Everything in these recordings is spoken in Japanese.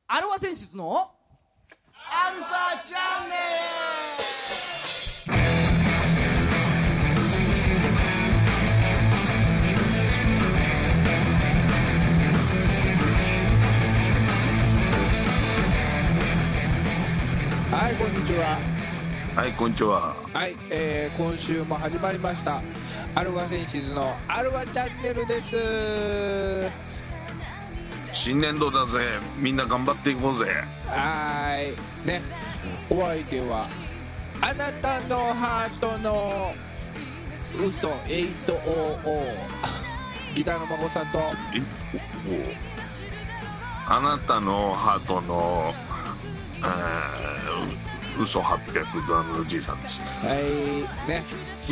アルファ選出のアルファチャンネル。 はい、こんにちは。 はい、こんにちは。 はい、今週も始まりましたアルファセンシズのアルファチャンネルです。 新年度だぜ、みんな頑張っていこうぜ。 はいね、お相手はあなたのハートの嘘800ギターの孫さんと、 あなたのハートの、嘘800ドラムのじいさんです。 はいね、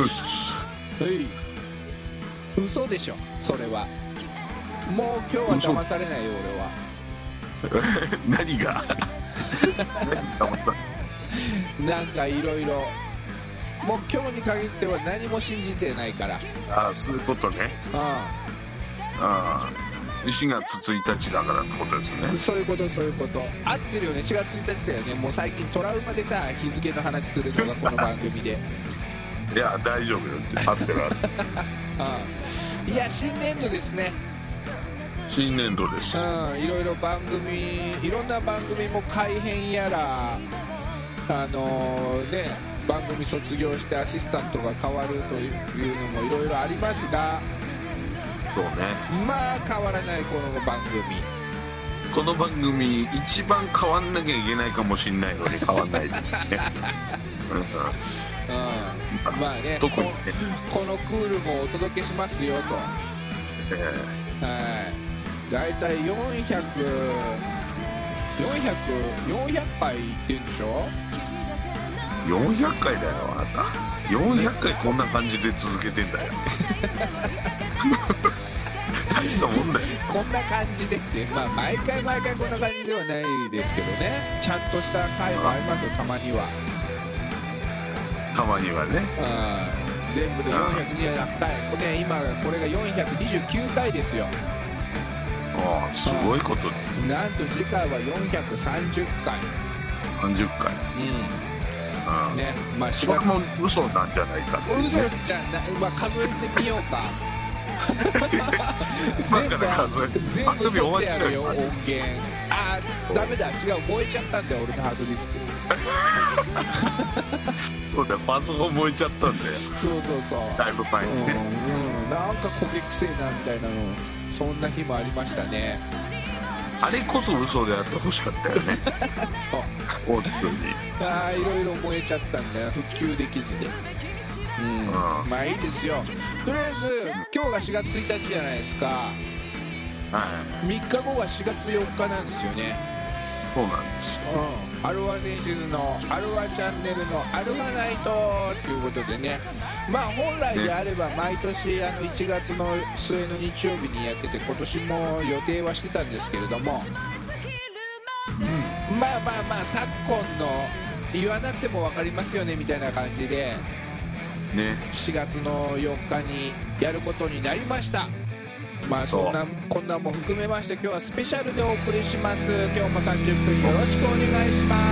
嘘でしょそれは。もう今日は騙されないよ俺は。 何がなんかいろいろ、もう今日に限っては何も信じてないから。 ああ、そういうことね。ああ、4月1日だからってことですね。 そういうことそういうこと。合ってるよね、4月1日だよね。もう最近トラウマでさ、日付の話するのがこの番組でいや大丈夫よって合ってるいや新年度ですね。 新年度です。 いろいろ番組、いろんな番組も改編やら、ね、番組卒業してアシスタントが変わるというのもいろいろありますが、 そうね、 まあ変わらないこの番組。 この番組一番変わんなきゃいけないかもしれないのに変わんないですねまあね、 特にね、 このクールもお届けしますよと。だいたい400回いってるんでしょ。 400回だよあなた。400回こんな感じで続けてんだよ大したもんだよ。 こんな感じでって、まあ毎回こんな感じではないですけどね。ちゃんとした回もありますよ、たまには。 たまにはね。 全部で420回、ね、今これが429回ですよ。 ああ、すごいことね。 なんと次回は430回。 30回。 ね、まあ4月。 それも嘘なんじゃないかっていうね。 嘘じゃない、まあ数えてみようか今から数えて全部取ってやるよ音源。あーダメだ、違う、燃えちゃったんだよ俺のハードディスクそうだよ、パソコン燃えちゃったんだよ。 そうだいぶ前にね。 なんか焦げくせえなみたいなの、そんな日もありましたね。 あれこそ嘘であってほしかったよねそう本当に。 いろいろ燃えちゃったんだよ、復旧できずで。まあいいですよ。とりあえず今日が4月1日じゃないですか。3日後が4月4日なんですよね。 そうなんですよ。 アルファセンシズのアルファチャンネルのアルファナイトということでね、まあ本来であれば毎年1月の末の日曜日にやってて、今年も予定はしてたんですけれども、まあ昨今の言わなくても分かりますよねみたいな感じで、4月の4日にやることになりました。まあこんなも含めまして今日はスペシャルでお送りします。今日も30分よろしくお願いします。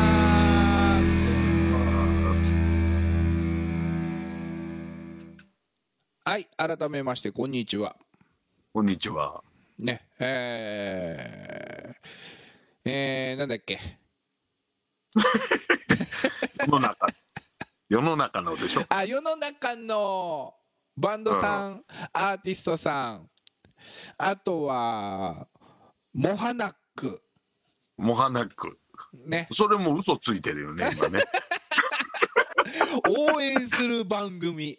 はい、改めましてこんにちは。 こんにちはね。なんだっけ世の中のでしょ。 世の中のバンドさん、アーティストさん、あとはモハナックね。 それも嘘ついてるよね今ね応援する番組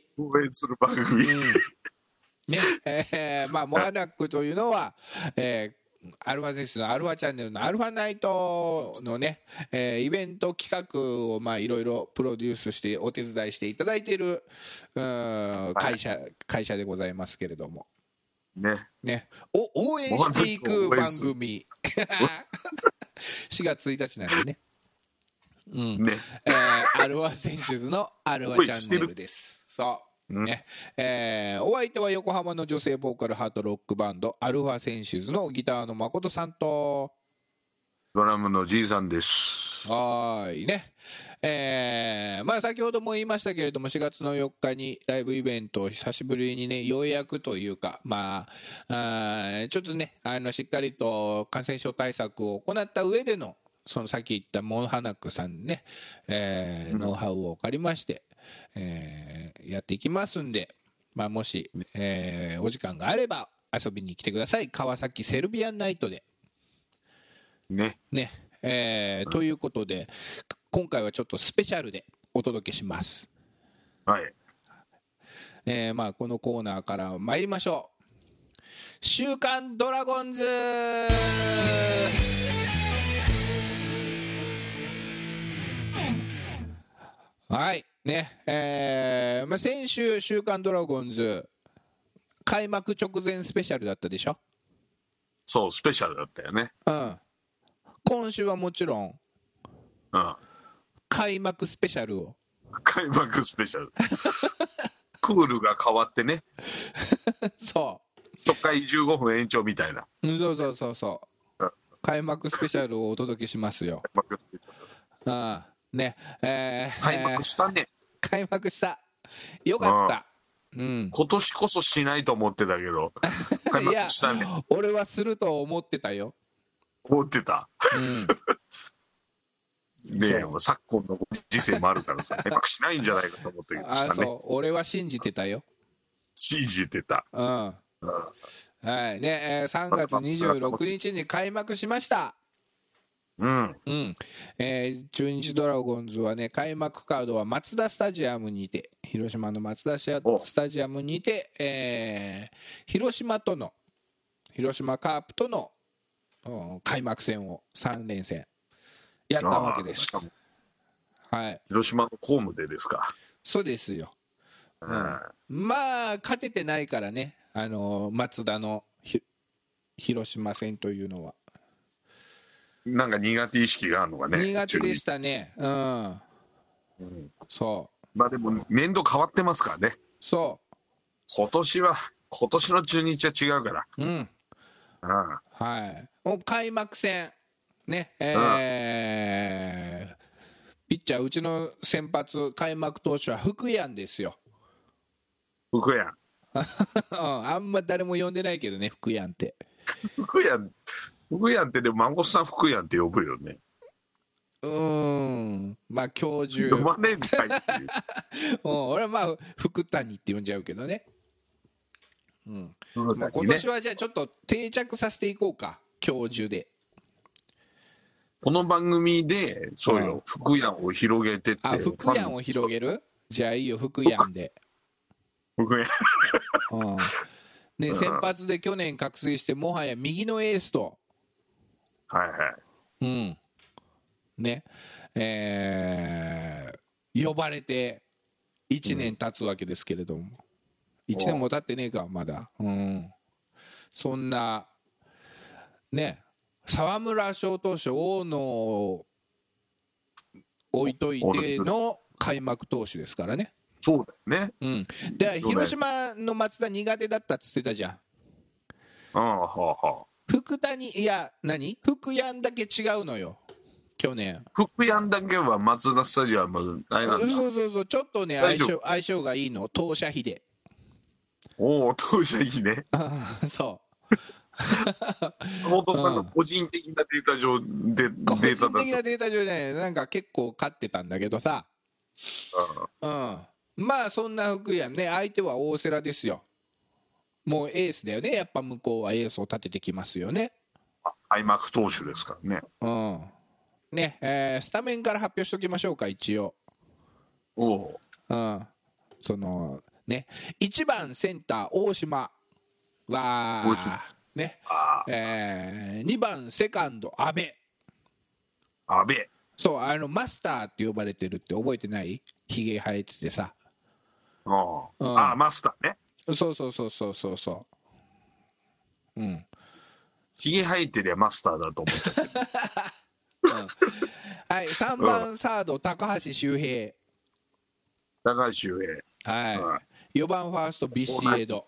ね。まあモハナックというのは、アルファセンスのアルファチャンネルのアルファナイトのね、イベント企画をまあいろいろプロデュースしてお手伝いしていただいている会社でございますけれどもね、応援していく番組4月1日なんでね、アルファセンシズのアルファチャンネルです。そうね、お相手は横浜の女性ボーカルハートロックバンドアルファセンシズのギターの誠さんと、 ドラムのじいさんです。 はーいね。まあ先ほども言いましたけれども、4月の4日にライブイベントを久しぶりにね、ようやくというか、まあ、ちょっとね、しっかりと感染症対策を行った上での、そのさっき言ったモンハナックさんにね、ノウハウを借りまして、やっていきますんで、まあ、もし、お時間があれば遊びに来てください。川崎セルビアンナイトで。 ね。 ということで、今回はちょっとスペシャルでお届けします。 はい。 まあ、このコーナーから参りましょう。週刊ドラゴンズ。はいね、まあ、先週週刊ドラゴンズ開幕直前スペシャルだったでしょ。 そう、スペシャルだったよね。 うん。今週はもちろん、 うん。 開幕スペシャルを。 開幕スペシャル。クールが変わってね。 そう初回15分延長みたいな。 そう、開幕スペシャルをお届けしますよ。 開幕スペシャル。 ああね、 開幕したね。 開幕した。よかった。うん、 今年こそしないと思ってたけど開幕したね。 いや、俺はすると思ってたよ。 思ってた。 うん、 ねえ、昨今のご時世もあるからさ、開幕しないんじゃないかと思ったけどしたね。 そう、俺は信じてたよ。 信じてた。 うん。はいね、3月26日に開幕しました。 うん。 中日ドラゴンズはね、開幕カードはマツダスタジアムにて、広島のマツダスタジアムにて、広島カープとの開幕戦を3連戦やったわけです。はい。 広島のホームでですか。 そうですよ。まあ勝ててないからね、マツダの広島戦というのは。 なんか苦手意識があるのがね。 苦手でしたね。そう。 まあでも年度変わってますからね。 そう。 今年の中日は違うから。はい。 もう開幕戦ね、ピッチャーうちの先発開幕投手は福谷ですよ。 福谷。 あんま誰も呼んでないけどね、福谷って。 福谷ってでも孫さん福谷って呼ぶよね。 まあ教授。 呼ばねえんかいっていう。 俺はまあ福谷って呼んじゃうけどね。まあ、今年はじゃあちょっと定着させていこうか、教授で。 この番組でそうよ、福谷を広げてって。 福谷を広げる。じゃあいいよ、福谷で。 福谷。 ね、先発で去年覚醒してもはや右のエースと。ね、呼ばれて1年経つわけですけれども、1年も経ってねえかまだ。そんなね、沢村賞投手大野を置いといての開幕投手ですからね。 そうだよね。 で広島の松田苦手だったっつってたじゃん。福谷、いや福谷だけ違うのよ去年。 福谷だけは松田スタジアムあれなんだ。 そうちょっとね相性がいいの、投射比で。 投射比ね。 そう本さんの個人的なデータ上で個人的なデータ上じゃない、なんか結構勝ってたんだけどさ。まあそんな福谷ね、相手は大瀬良ですよ。もうエースだよね、やっぱ向こうはエースを立ててきますよね。 開幕投手ですからね。 ね、スタメンから発表しておきましょうか一応。そのね、1番センター大島はね、2番セカンド阿部。そうマスターって呼ばれてるって覚えてない？ひげ生えててさ。 マスターね。 そう。 ひげ生えてりゃマスターだと思っちゃってる。 はい、3番サード高橋周平。はい。4番ファーストビシエド。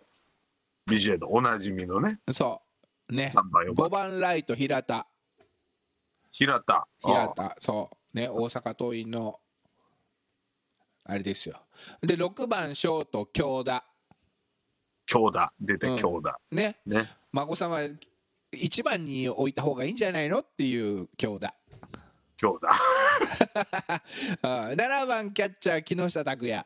おなじみのね。 そうね。5番ライト平田。 平田。 そうね、大阪桐蔭のあれですよ。で6番ショート京田。 京田出て京田、 ね、孫さんは1番に置いた方がいいんじゃないのっていう京田。7番キャッチャー木下拓哉。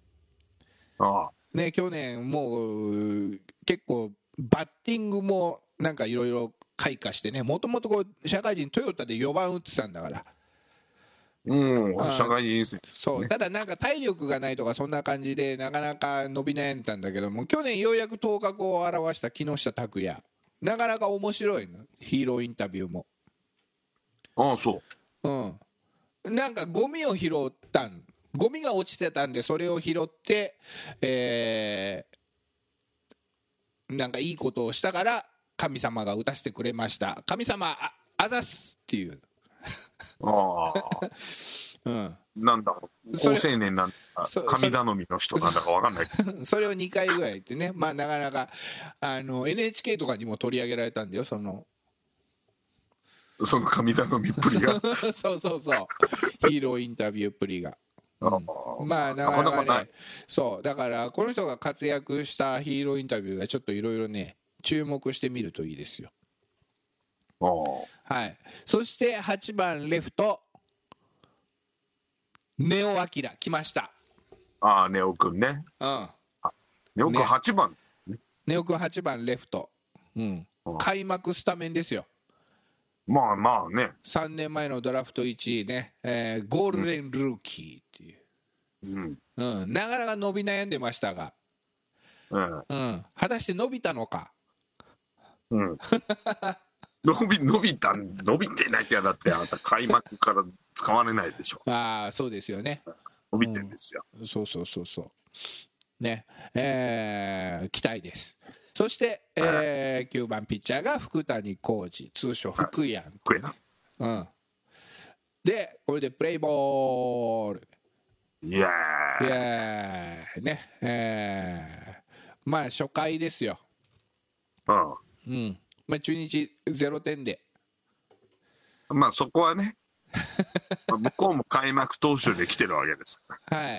ね、去年もう結構バッティングもなんかいろいろ開花してね、もともと社会人トヨタで4番打ってたんだから。 社会人ですね。 そう、ただなんか体力がないとかそんな感じでなかなか伸び悩んでたんだけども、去年ようやく頭角を現した木下拓哉、なかなか面白いの、ヒーローインタビューも。 そう。 なんかゴミを拾ったん、ゴミが落ちてたんでそれを拾って、なんかいいことをしたから神様が打たせてくれました、神様あざすっていうなんだろう、高青年なんだ、神頼みの人なんだか分かんないけどそれを2回ぐらい言ってね、まあなかなかNHK とかにも取り上げられたんだよ、その神頼みっぷりがそうヒーローインタビューっぷりが、まあなかなかね、そうだからこの人が活躍したヒーローインタビューがちょっといろいろね注目してみるといいですよ。はい、そして8番レフト根尾明来ました。 根尾くんね。根尾くん8番、 根尾くん8番レフト、開幕スタメンですよ。 まあね、 3年前のドラフト1位ね、ゴールデンルーキーっていう、なかなか伸び悩んでましたが、果たして伸びたのか。 伸びてないって、だってあなた開幕から使われないでしょ。 そうですよね、 伸びてるんですよ。 そうね、期待です。そして、9番ピッチャーが福谷浩司、通称福やん、でこれでプレイボール、イエーイね、まあ初回ですよ。まあ、中日0点で、 まあそこはね向こうも開幕投手で来てるわけですから、はい、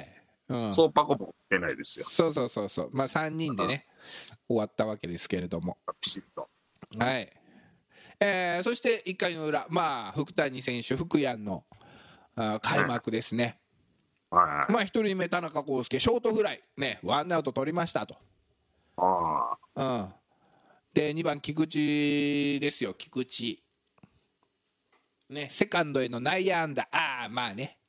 そうパコも出ないですよ。 そうまあ3人でね、終わったわけですけれども、 ピシッと、 はい、そして1回の裏、まあ福谷選手福やんの開幕ですね。まあ1人目田中康介ショートフライね、ワンアウト取りましたと。で2番菊池ですよ、菊池ね、セカンドへの内野安打、まあね、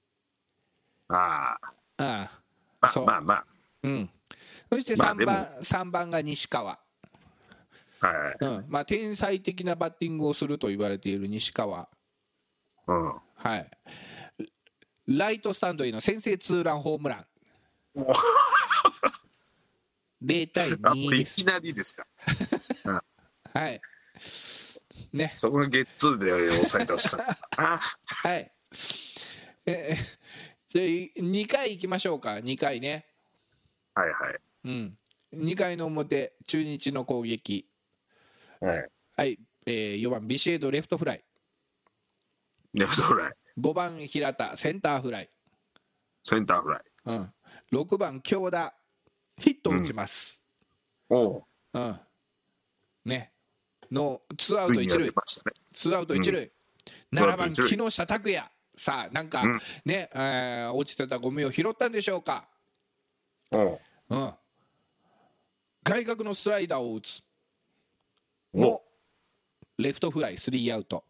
そう、そして3番が西川、まあ天才的なバッティングをすると言われている西川、ライトスタンドへの先制ツーランホームラン0対2です。 いきなりですかはいね、 そこがゲッツーで抑えてほしかったはい、じゃあ2回いきましょうか。2回ね、2回の表中日の攻撃、4番ビシエドレフトフライ、5番平田センターフライ、6番京田ヒットを打ちます、ねのツーアウト一塁、7番木下拓哉、さあなんかね、落ちてたゴミを拾ったんでしょうか。外角のスライダーを打つもレフトフライ3アウト。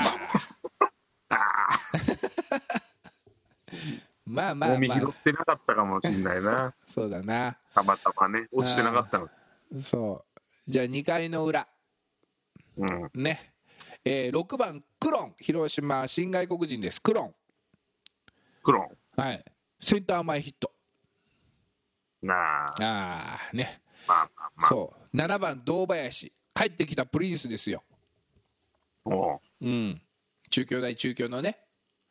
まあゴミ拾ってなかったかもしれないなそうだな、 たまたまね落ちてなかったの。 そうじゃあ2回の裏、ね、6番クロン、広島新外国人です。クロン、センター前ヒットね、そう7番堂林、帰ってきたプリンスですよ。中京大中京のね、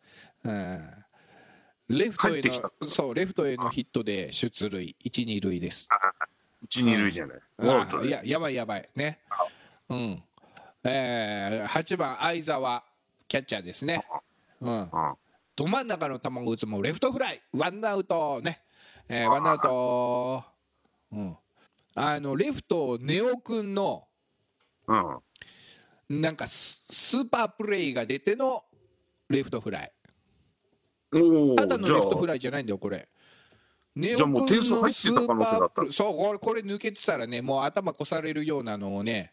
レフトへのヒットで出塁 1,2 塁です。 1,2 塁じゃない、 やばいね。8番相澤キャッチャーですね。ど真ん中の球を打つもレフトフライ、ワンアウトね、ワンアウト、レフトネオ君のなんかスーパープレーが出てのレフトフライ。ただのレフトフライじゃないんだよこれ。ネオ君のスーパー、そうこれ抜けてたらね、もう頭こされるようなのをね、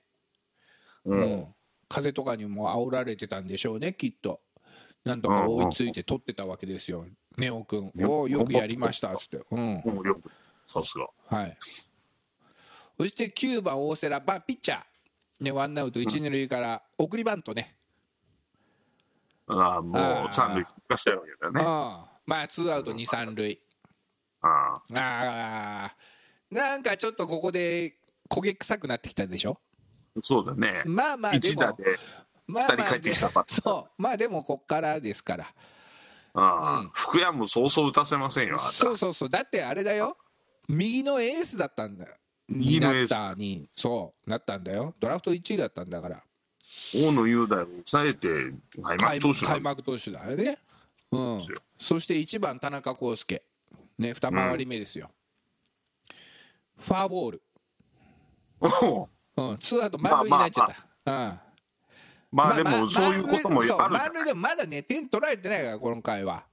風とかにも煽られてたんでしょうねきっと。なんとか追いついて取ってたわけですよ、ネオ君。およくやりましたっつって。 さすが。 はい。そして9番大瀬良、ピッチャー、ね、ワンアウト1、2塁から送りバントね。 もう三塁化したわけだね。 ツーアウト2、3塁。なんかちょっとここで焦げ臭くなってきたでしょ。 そうだね。でも一打で2人帰ってきたバッター。でもこっからですから。 福山もそうそう打たせませんよ。 そうだってあれだよ、右のエースだったんだよ。右のエースになったんだよ。ドラフト1位だったんだから。 大野雄大を抑えて開幕投手だよね。そして1番田中康介ね、2回り目ですよ。ファーボール。ツーアウト満塁になっちゃった。 でもそういうこともあるじゃない。 満塁でもまだね点取られてないからこの回は。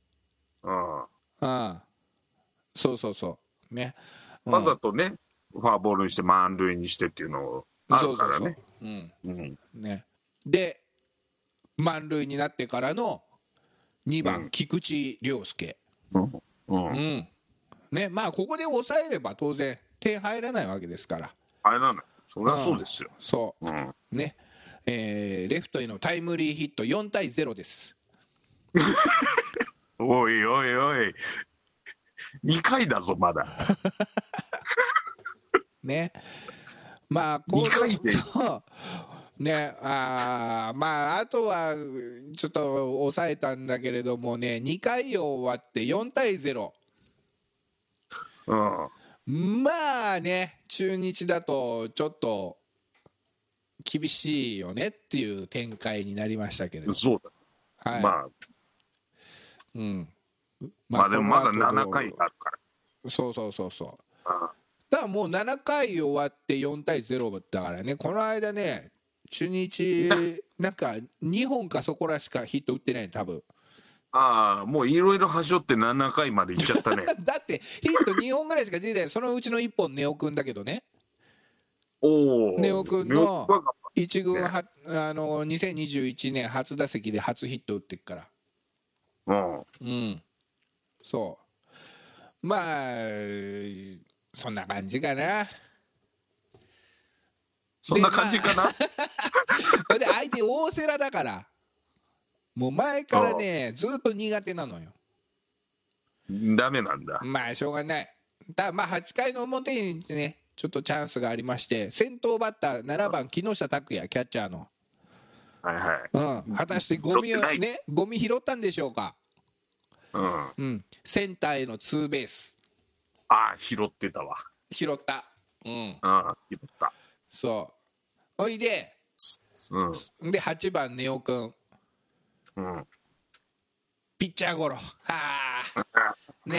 そうね。 わざとねファーボールにして満塁にしてっていうのをあるからね。 で満塁になってからの2番菊池涼介。ここで抑えれば当然点入らないわけですから。 入らない。そりゃそうですよ。 ね。レフトへのタイムリーヒット4対0です。 おい2回だぞまだ。 ね。 2回でね、あとはちょっと抑えたんだけれどもね、2回終わって4対0。中日だとちょっと厳しいよねっていう展開になりましたけれど。 そうだ。でもまだ7回あるから。 そう。だからもう7回終わって4対0だからね、この間ね、中日なんか2本かそこらしかヒット打ってない多分。 もういろいろ端折って7回までいっちゃったね。 だってヒット2本ぐらいしか出てない。そのうちの1本ネオ君だけどね。ネオ君の1軍2021年初打席で初ヒット打ってっから。そうそんな感じかな。 そんな感じかな。 で相手大瀬良だからもう前からねずっと苦手なのよ。 ダメなんだ。 しょうがない。8回の表にねちょっとチャンスがありまして、先頭バッター7番木下拓哉キャッチャーの、果たしてゴミ拾ったんでしょうか。センターへのツーベース。 拾ってたわ。 拾った。 拾った。 そうおいで、で8番ネオ君、ピッチャーゴロ。ね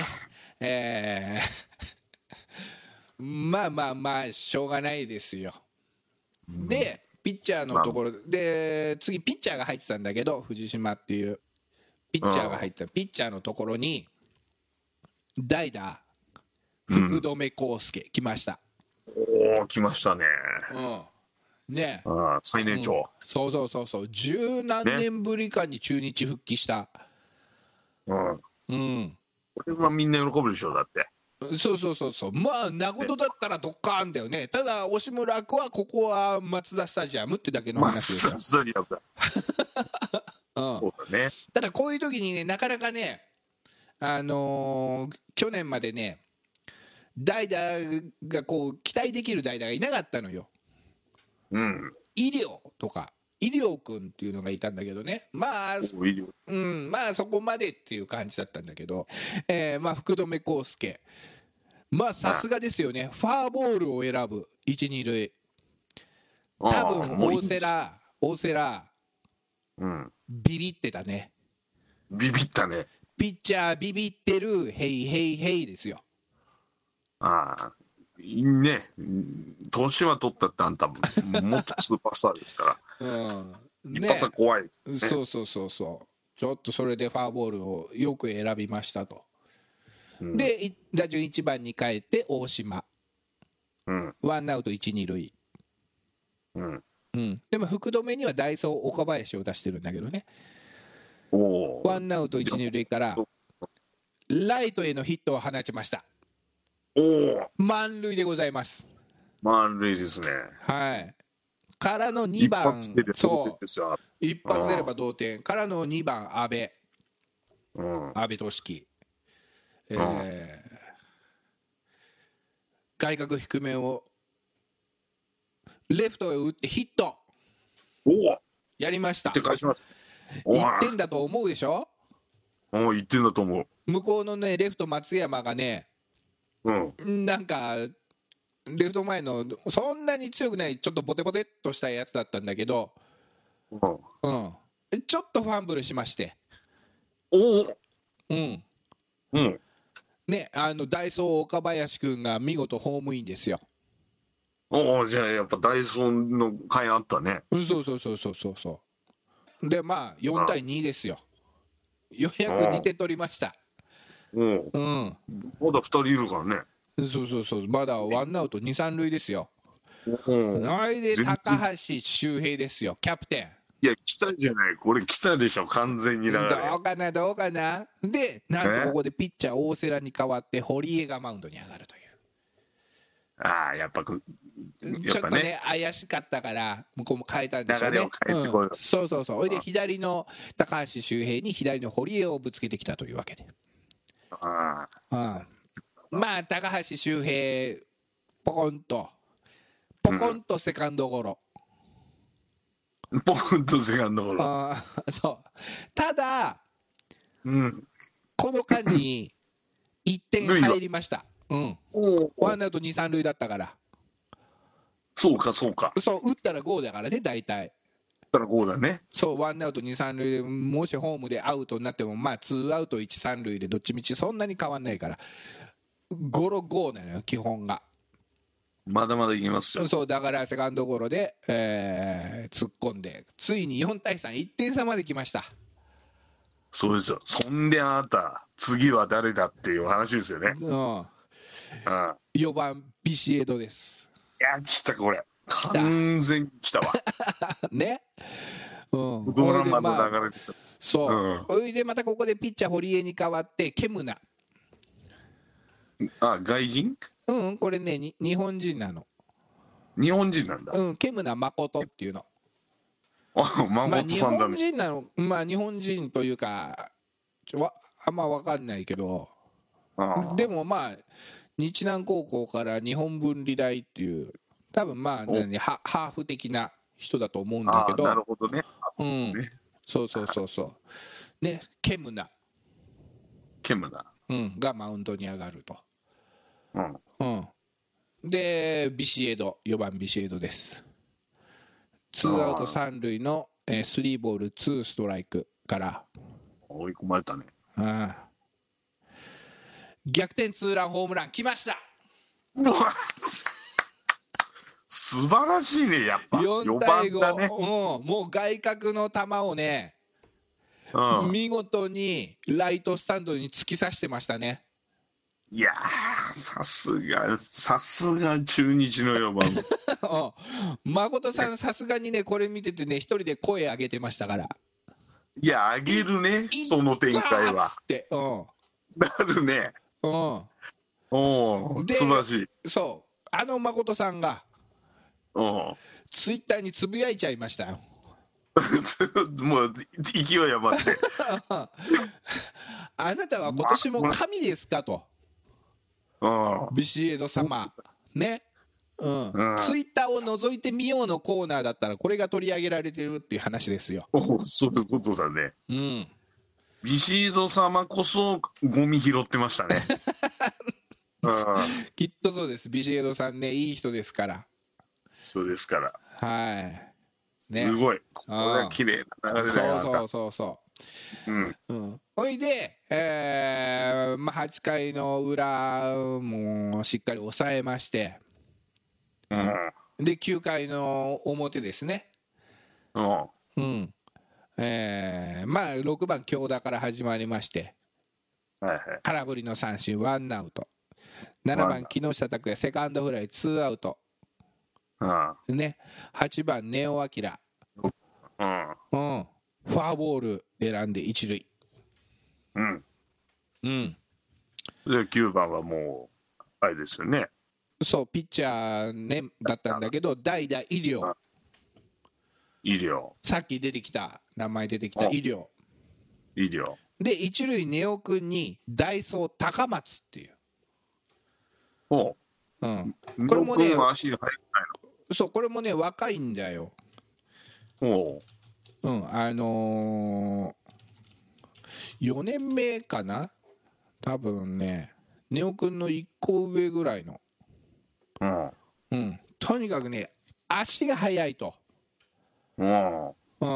しょうがないですよ。でピッチャーのところで次ピッチャーが入ってたんだけど、藤島っていうピッチャーが入ったピッチャーのところに代打福留孝介来ました。 来ましたね。 ね最年長。 そう十何年ぶりかに中日復帰した。 これはみんな喜ぶでしょ。だってそう名古屋だったらドッカーンだよね。ただ押村区はここはマツダスタジアムってだけの話ですよ。 マツダスタジアムだ。そうだね。 ただこういう時にねなかなかね去年までね代打が期待できる代打がいなかったのよ。医療とか医療君っていうのがいたんだけどね、そこまでっていう感じだったんだけど、福留孝介さすがですよね。ファーボールを選ぶ 1,2 塁。多分大瀬良うん。 ビビってたね。 ビビったね。 ピッチャービビってる、ヘイヘイヘイですよ。 ああ、いいね。年は取ったってあんたもっとスーパースターですから。 うん。 一発は怖い、ね。 そうそうそうそう。ちょっとそれでフォアボールをよく選びましたと。うん、で、打順1番に帰って大島。うん。ワンアウト1、2塁。うん。うん。でも福留には代走岡林を出してるんだけどね。ワンアウト1、2塁からライトへのヒットを放ちました。満塁でございます。 満塁ですね。 はい。からの2番、そう一発出れば同点からの2番阿部、阿部俊樹、外角低めをレフトへ打ってヒット。やりました。1点だと思うでしょ。 1点だと思う。 向こうのねレフト松山がね、なんかレフト前のそんなに強くないちょっとボテボテっとしたやつだったんだけど、ちょっとファンブルしまして、ね、ダイソー岡林君が見事ホームインですよ。 じゃあやっぱダイソーの甲斐あったね。 そうでまあ4対2ですよ。ようやく2点取りました。 まだ2人いるからね。 そうまだワンアウト2、3塁ですよ。それで高橋周平ですよ、キャプテン。 いや来たじゃない、これ来たでしょ完全に。 どうかなで、なんとここでピッチャー大瀬良に代わって堀江がマウンドに上がるという。 やっぱちょっとね怪しかったから向こうも変えたんでしょうね。そうそれで左の高橋周平に左の堀江をぶつけてきたというわけで、まあ高橋周平ポコンとセカンドゴロ、そうただ、この間に1点入りました。ワンアウト2、3塁だったから。 そう打ったら5だからね、大体。 打ったら5だね。 そうワンアウト2、3塁でもしホームでアウトになってもまあ2アウト1、3塁でどっちみちそんなに変わんないからゴロ5なのよ基本が。 まだまだいきますよ。 そうだからセカンドゴロで、突っ込んでついに4対3、1点差まで来ました。 そうですよ。そんであなた次は誰だっていう話ですよね。 4番ビシエドです。 いや来た、これ完全に来たわね、 ドラマの流れですよ。 それでまたここでピッチャー堀江に代わってケムナ。 外人？ これね日本人なの。 日本人なんだ。 ケムナ誠っていうの。 誠さんだね。 日本人なの。まあ日本人というかあんま分かんないけど、でもまあ日南高校から日本文理大っていう多分まあ、ハーフ的な人だと思うんだけど。 なるほどね。 そうね、ケムナがマウンドに上がると。でビシエド、4番ビシエドです。2アウト3塁の3ボール2ストライクから追い込まれたね。 逆転ツーランホームラン来ました。 素晴らしいね、やっぱ 4対5、ね、もう外角の球をね、見事にライトスタンドに突き刺してましたね。 いやさすが中日の4番誠さんさすがにねこれ見ててね一人で声上げてましたから。 いや上げるね、その展開は。ってなるね。素晴らしい。 そう誠さんがツイッターにつぶやいちゃいましたよもう勢い余ってあなたは今年も神ですかと。ビシエド様ね、ツイッターを覗いてみようのコーナーだったらこれが取り上げられてるっていう話ですよ。 そういうことだね。ビシエド様こそゴミ拾ってましたねきっとそうです。ビシエドさんねいい人ですから。 そうですから。 ね、 すごい。これは綺麗な流れだよ。 そう、 ほいで、8回の裏もしっかり抑えまして、で9回の表ですね、6番京田から始まりまして、空振りの三振ワンアウト、7番木下拓哉セカンドフライツーアウト、ね、8番根尾明、フォアボール選んで一塁、で 9番はもうあれですよね、 そうピッチャー、ね、だったんだけど代打医療、さっき名前出てきた医療で、一塁根尾君にダイソー高松っていう、これもね、そうこれもね若いんだよ。4年目かな、多分ね、根尾君の1個上ぐらいの、とにかくね足が速いと、ま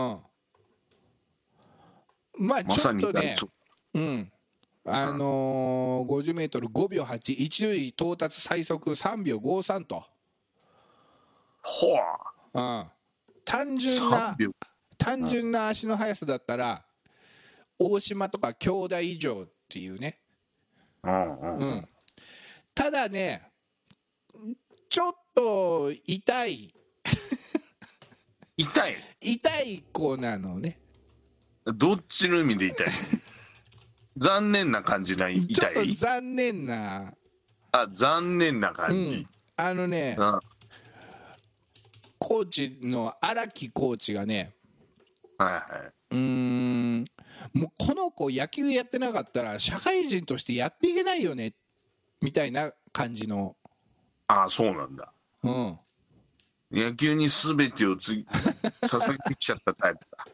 あちょっとね、50メートル5秒8、一塁到達最速3秒53と、単純な足の速さだったら大島とか兄弟以上っていうね、ただねちょっと痛い子なのね。 どっちの意味で痛い？残念な感じない痛い？ ちょっと残念な感じ、 コーチの荒木コーチがね、もうこの子野球やってなかったら社会人としてやっていけないよねみたいな感じの。 そうなんだ。野球に全てを捧げてきちゃったタイプだ。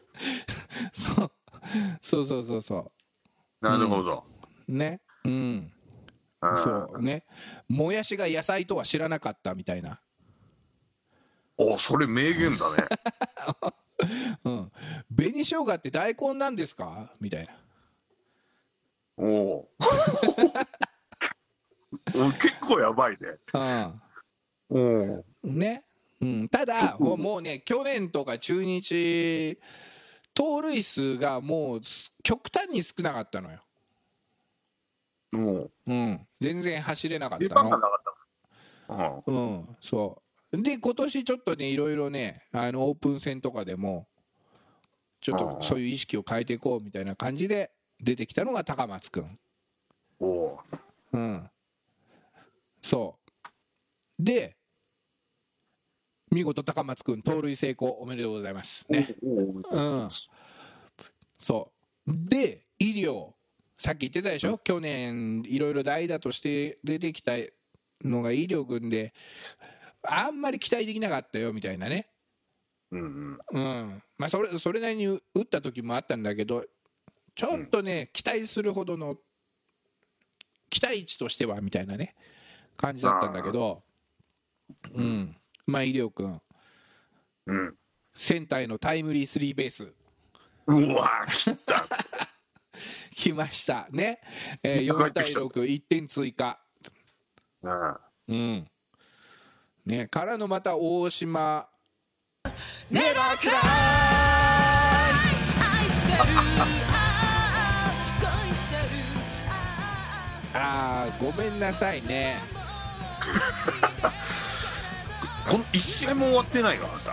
そうなるほど、 ね、そうね、もやしが野菜とは知らなかったみたいな。 それ名言だね。 紅生姜って大根なんですかみたいな。 結構やばいね。ね、ただもうね、去年とか中日盗塁数がもう極端に少なかったのよ。全然走れなかったの。そうで今年ちょっとねいろいろねオープン戦とかでもちょっとそういう意識を変えていこうみたいな感じで出てきたのが高松くん。そうで見事高松くん盗塁成功おめでとうございますね。そうで医療、さっき言ってたでしょ、去年いろいろ代打として出てきたのが医療君であんまり期待できなかったよみたいなね。それなりに打った時もあったんだけど、ちょっとね期待するほどの期待値としてはみたいなね感じだったんだけど、医療君、センターへのタイムリースリーベース、来ましたね。4対6、1点追加。ね、からのまた大島ネバークライ。ごめんなさいね。 この1試合も終わってないよあ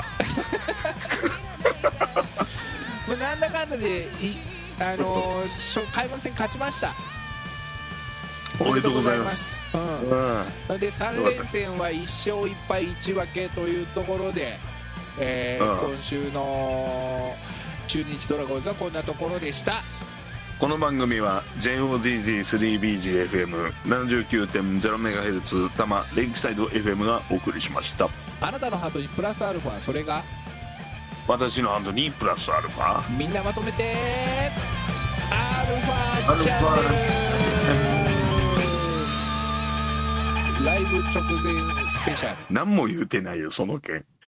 なた。 なんだかんだで開幕戦勝ちました。 おめでとうございます。 で3連戦は1勝1敗1分けというところで、今週の中日ドラゴンズはこんなところでした。 この番組は JOZZ3BGFM79.0MHz 多摩レイクサイド FM がお送りしました。 あなたのハートにプラスアルファ、それが私のハートにプラスアルファ、 みんなまとめてアルファチャンネルライブ直前スペシャル。 何も言うてないよその件。